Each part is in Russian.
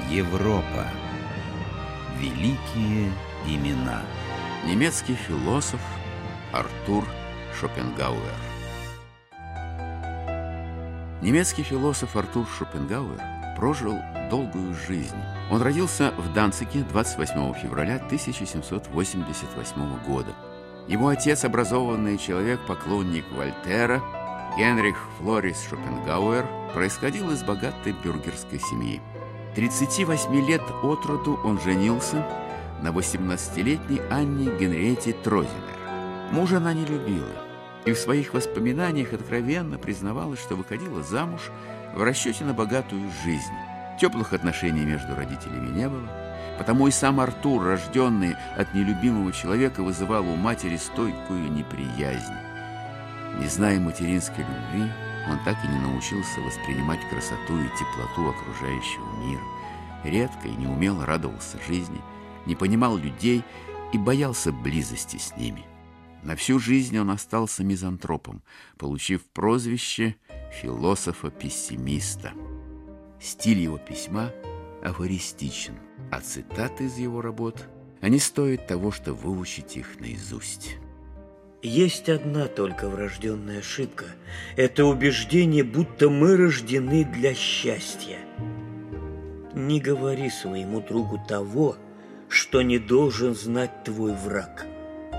Европа. Великие имена. Немецкий философ Артур Шопенгауэр. Немецкий философ Артур Шопенгауэр прожил долгую жизнь. Он родился в Данциге 28 февраля 1788 года. Его отец, образованный человек, поклонник Вольтера, Генрих Флорис Шопенгауэр, происходил из богатой бюргерской семьи. 38 лет от роду он женился на 18-летней Анне Генриетте Трозенер. Мужа она не любила и в своих воспоминаниях откровенно признавалась, что выходила замуж в расчете на богатую жизнь. Теплых отношений между родителями не было, потому и сам Артур, рожденный от нелюбимого человека, вызывал у матери стойкую неприязнь. Не зная материнской любви, он так и не научился воспринимать красоту и теплоту окружающего мира. Редко и неумело радовался жизни, не понимал людей и боялся близости с ними. На всю жизнь он остался мизантропом, получив прозвище философа-пессимиста. Стиль его письма афористичен, а цитаты из его работ, они стоят того, что выучить их наизусть. Есть одна только врожденная ошибка. Это убеждение, будто мы рождены для счастья. Не говори своему другу того, что не должен знать твой враг.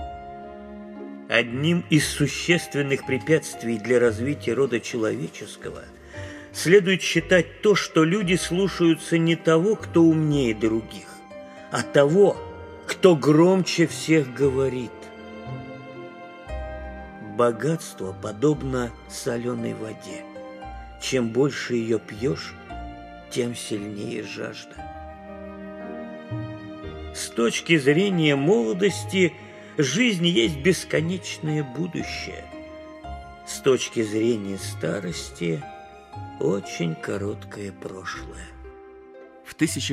Одним из существенных препятствий для развития рода человеческого следует считать то, что люди слушаются не того, кто умнее других, а того, кто громче всех говорит. Богатство подобно соленой воде. Чем больше ее пьешь, тем сильнее жажда. С точки зрения молодости, жизнь есть бесконечное будущее. С точки зрения старости, очень короткое прошлое. В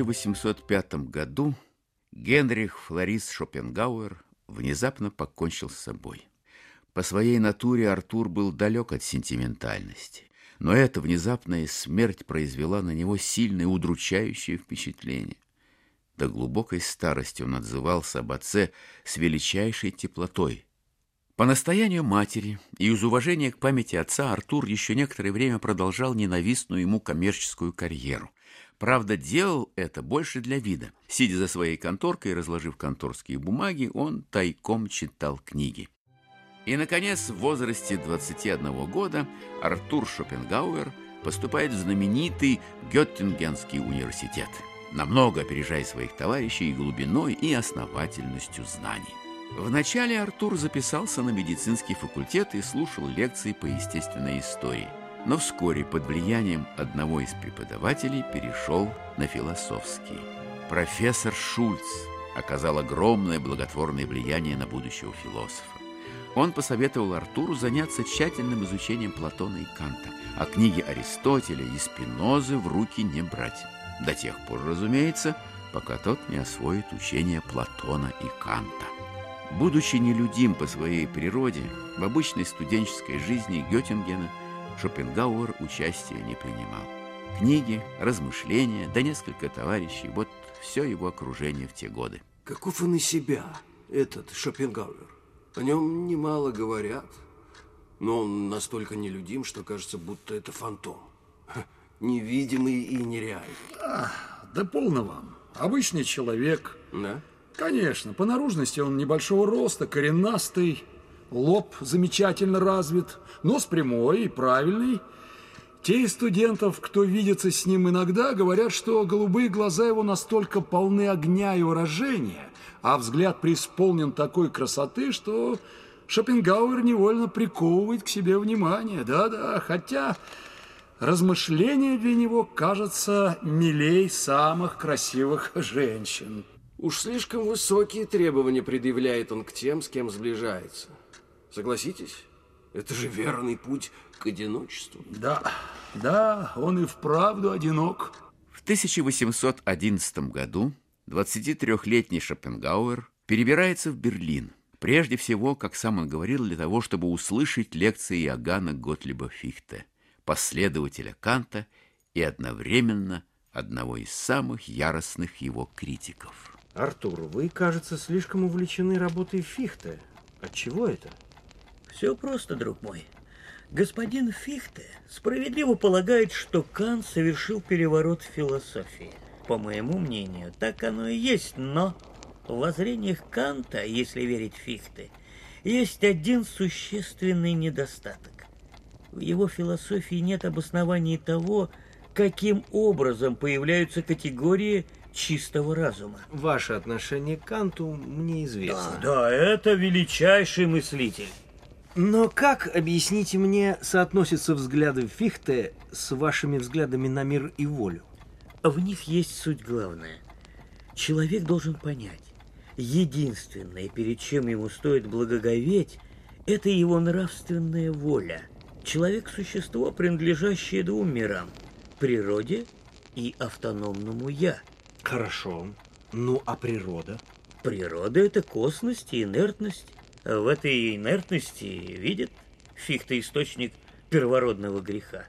1805 году Генрих Флорис Шопенгауэр внезапно покончил с собой. По своей натуре Артур был далек от сентиментальности, но эта внезапная смерть произвела на него сильное удручающее впечатление. До глубокой старости он отзывался об отце с величайшей теплотой. По настоянию матери и из уважения к памяти отца Артур еще некоторое время продолжал ненавистную ему коммерческую карьеру. Правда, делал это больше для вида. Сидя за своей конторкой и разложив конторские бумаги, он тайком читал книги. И, наконец, в возрасте 21 года Артур Шопенгауэр поступает в знаменитый Геттингенский университет, намного опережая своих товарищей глубиной и основательностью знаний. Вначале Артур записался на медицинский факультет и слушал лекции по естественной истории, но вскоре под влиянием одного из преподавателей перешел на философский. Профессор Шульц оказал огромное благотворное влияние на будущего философа. Он посоветовал Артуру заняться тщательным изучением Платона и Канта, а книги Аристотеля и Спинозы в руки не брать. До тех пор, разумеется, пока тот не освоит учение Платона и Канта. Будучи нелюдим по своей природе, в обычной студенческой жизни Геттингена Шопенгауэр участия не принимал. Книги, размышления, да несколько товарищей – вот все его окружение в те годы. Каков он из себя, этот Шопенгауэр? О нем немало говорят, но он настолько нелюдим, что кажется, будто это фантом. Невидимый и нереальный. Да полно вам. Обычный человек. Да? Конечно, по наружности он небольшого роста, коренастый, лоб замечательно развит, нос прямой и правильный. Те из студентов, кто видится с ним иногда, говорят, что голубые глаза его настолько полны огня и выражения, а взгляд преисполнен такой красоты, что Шопенгауэр невольно приковывает к себе внимание. Да-да, хотя размышления для него, кажется, милей самых красивых женщин. Уж слишком высокие требования предъявляет он к тем, с кем сближается. Согласитесь, это же верный путь к одиночеству. Да, он и вправду одинок. В 1811 году 23-летний Шопенгауэр перебирается в Берлин. Прежде всего, как сам он говорил, для того, чтобы услышать лекции Иоганна Готлиба Фихте, последователя Канта и одновременно одного из самых яростных его критиков. Артур, вы, кажется, слишком увлечены работой Фихте. Отчего это? Все просто, друг мой. Господин Фихте справедливо полагает, что Кант совершил переворот в философии. По моему мнению, так оно и есть, но в воззрениях Канта, если верить Фихте, есть один существенный недостаток. В его философии нет обоснований того, каким образом появляются категории чистого разума. Ваше отношение к Канту мне известно. Да, это величайший мыслитель. Но как, объясните мне, соотносятся взгляды Фихте с вашими взглядами на мир и волю? В них есть суть главная. Человек должен понять, единственное, перед чем ему стоит благоговеть, это его нравственная воля. Человек – существо, принадлежащее двум мирам – природе и автономному «я». Хорошо. Ну, а природа? Природа – это косность и инертность. В этой инертности видит Фихте источник первородного греха.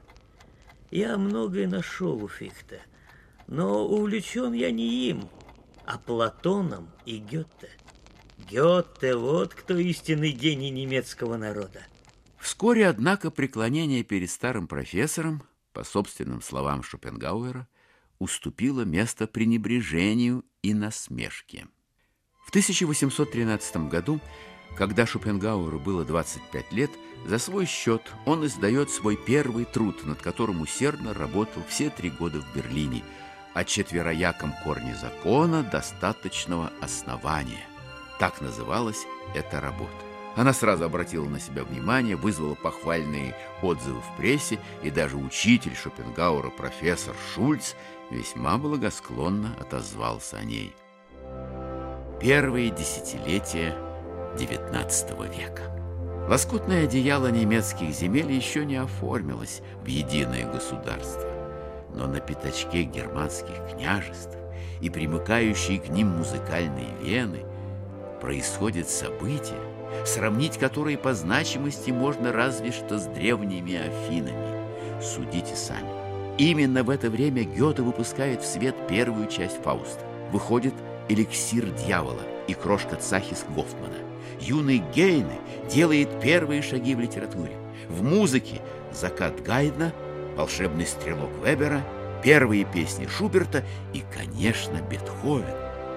Я многое нашел у Фихте, но увлечен я не им, а Платоном и Гёте. Гёте – вот кто истинный гений немецкого народа. Вскоре, однако, преклонение перед старым профессором, по собственным словам Шопенгауэра, уступило место пренебрежению и насмешке. В 1813 году, когда Шопенгауэру было 25 лет, за свой счет он издает свой первый труд, над которым усердно работал все 3 года в Берлине, о четверояком корне закона достаточного основания. Так называлась эта работа. Она сразу обратила на себя внимание, вызвала похвальные отзывы в прессе, и даже учитель Шопенгауэра, профессор Шульц, весьма благосклонно отозвался о ней. Первые десятилетия XIX века. Лоскутное одеяло немецких земель еще не оформилось в единое государство, но на пятачке германских княжеств и примыкающие к ним музыкальные вены происходят события, сравнить которые по значимости можно разве что с древними Афинами. Судите сами. Именно в это время Гёте выпускает в свет первую часть Фауста. Выходит «Эликсир дьявола» и «Крошка Цахис» Гофмана. Юный Гейне делает первые шаги в литературе. В музыке «Закат Гайдна», «Волшебный стрелок» Вебера, первые песни Шуберта и, конечно, Бетховен.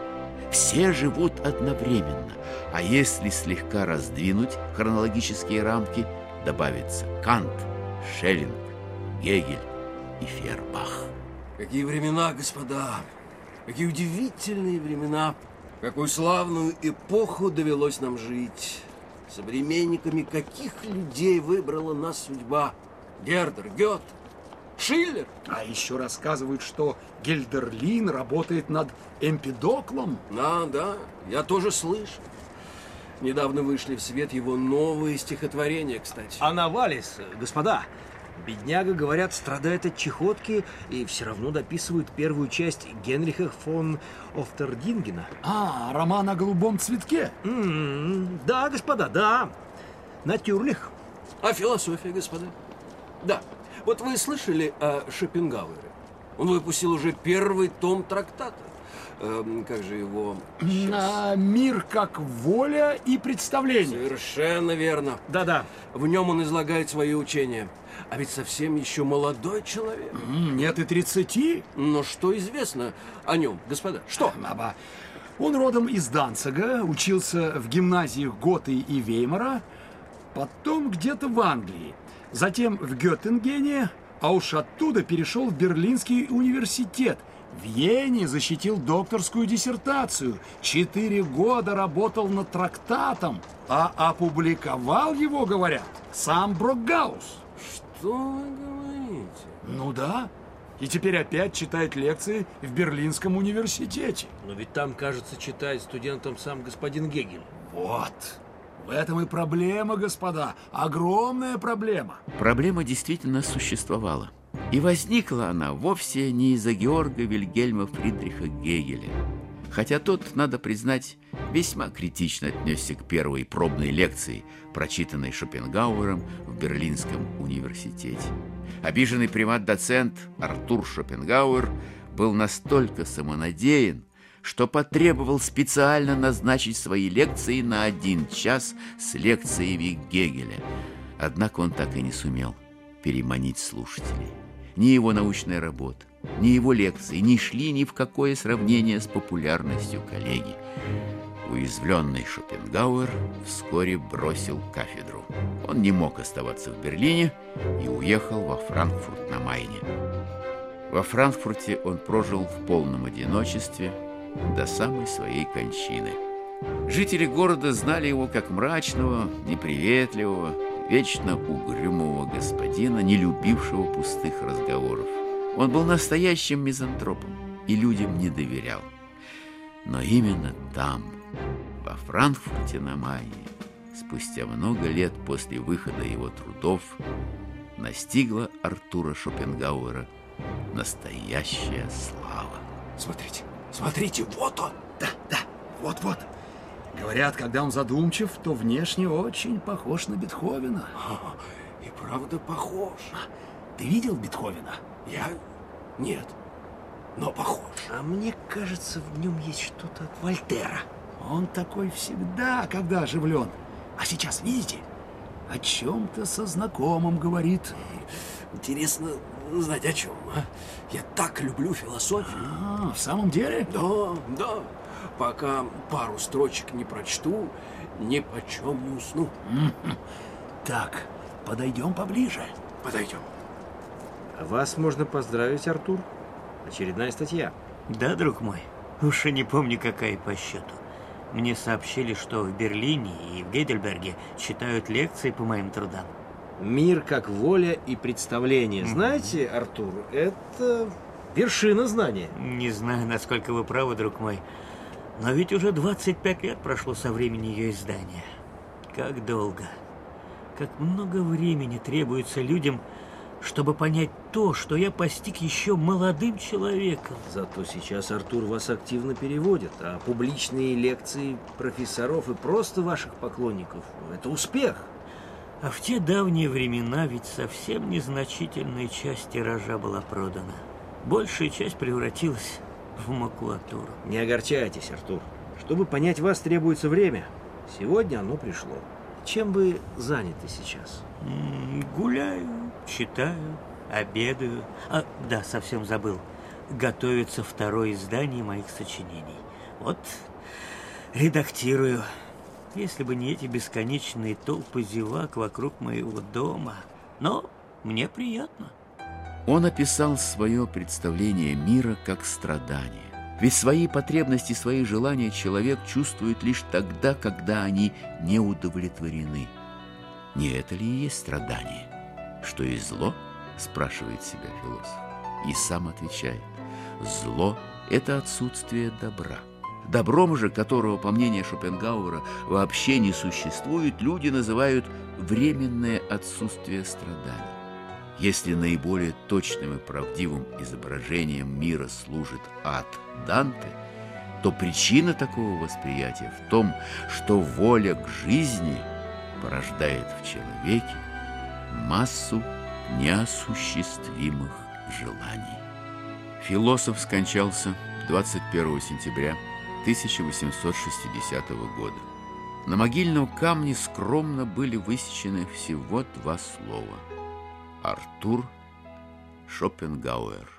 Все живут одновременно, а если слегка раздвинуть хронологические рамки, добавится Кант, Шеллинг, Гегель и Фейербах. Какие времена, господа! Какие удивительные времена! Какую славную эпоху довелось нам жить! Современниками каких людей выбрала нас судьба! Гердер, Гёте, Шиллер! А еще рассказывают, что Гельдерлин работает над Эмпидоклом. Да, я тоже слышал. Недавно вышли в свет его новые стихотворения, кстати. А Навалис, господа, бедняга, говорят, страдает от чехотки и все равно дописывает первую часть Генриха фон Офтердингена. А, роман о голубом цветке. Да, господа, да. Натюрлих. А философия, господа? Да. Вот вы слышали о Шопенгауэре? Он выпустил уже первый том трактата. Как же его... Мир как воля и представление. Совершенно верно. Да-да. В нем он излагает свои учения. А ведь совсем еще молодой человек. Нет и 30. Но что известно о нем, господа? Что? Он родом из Данцига, учился в гимназиях Готы и Веймара, потом где-то в Англии, затем в Геттингене, а уж оттуда перешел в Берлинский университет. В Вене защитил докторскую диссертацию, 4 года работал над трактатом, а опубликовал его, говорят, сам Брокгаус. Что вы говорите? Ну да, и теперь опять читает лекции в Берлинском университете. Но ведь там, кажется, читает студентам сам господин Гегель. Вот, в этом и проблема, господа, огромная проблема. Проблема действительно существовала. И возникла она вовсе не из-за Георга Вильгельма Фридриха Гегеля. Хотя тот, надо признать, весьма критично отнесся к первой пробной лекции, прочитанной Шопенгауэром в Берлинском университете. Обиженный примат-доцент Артур Шопенгауэр был настолько самонадеян, что потребовал специально назначить свои лекции на 1 час с лекциями Гегеля. Однако он так и не сумел переманить слушателей. Ни его научная работа, ни его лекции не шли ни в какое сравнение с популярностью коллеги. Уязвленный Шопенгауэр вскоре бросил кафедру. Он не мог оставаться в Берлине и уехал во Франкфурт на Майне. Во Франкфурте он прожил в полном одиночестве до самой своей кончины. Жители города знали его как мрачного, неприветливого, вечно угрюмого господина, не любившего пустых разговоров. Он был настоящим мизантропом и людям не доверял. Но именно там, во Франкфурте на Майне, спустя много лет после выхода его трудов, настигла Артура Шопенгауэра настоящая слава. Смотрите, смотрите, вот он! Да, вот-вот. Говорят, когда он задумчив, то внешне очень похож на Бетховена. И правда похож. Ты видел Бетховена? Я? Нет, но похож. А мне кажется, в нем есть что-то от Вольтера. Он такой всегда, когда оживлен. А сейчас, видите, о чем-то со знакомым говорит. Интересно знать о чем, а? Я так люблю философию. В самом деле? Да. Пока пару строчек не прочту, ни почем не усну. Так, подойдем поближе. Подойдем. Вас можно поздравить, Артур. Очередная статья. Да, друг мой, уж и не помню, какая по счету. Мне сообщили, что в Берлине и в Гейдельберге читают лекции по моим трудам. Мир как воля и представление. Знаете, Артур, это вершина знания. Не знаю, насколько вы правы, друг мой, но ведь уже 25 лет прошло со времени ее издания. Как долго, как много времени требуется людям, чтобы понять то, что я постиг еще молодым человеком. Зато сейчас Артур вас активно переводит, а публичные лекции профессоров и просто ваших поклонников – это успех. А в те давние времена ведь совсем незначительная часть тиража была продана. Большая часть превратилась в макулатуру. Не огорчайтесь, Артур. Чтобы понять вас, требуется время. Сегодня оно пришло. Чем вы заняты сейчас? Гуляю, читаю, обедаю. Да, совсем забыл. Готовится 2-е издание моих сочинений. Вот, редактирую. Если бы не эти бесконечные толпы зевак вокруг моего дома. Но мне приятно. Он описал свое представление мира как страдание. Ведь свои потребности, свои желания человек чувствует лишь тогда, когда они не удовлетворены. Не это ли и есть страдание? Что и зло? Спрашивает себя философ. И сам отвечает. Зло – это отсутствие добра. Добром же, которого, по мнению Шопенгауэра, вообще не существует, люди называют временное отсутствие страданий. Если наиболее точным и правдивым изображением мира служит ад Данте, то причина такого восприятия в том, что воля к жизни порождает в человеке массу неосуществимых желаний. Философ скончался 21 сентября 1860 года. На могильном камне скромно были высечены всего 2 слова: Артур Шопенгауэр.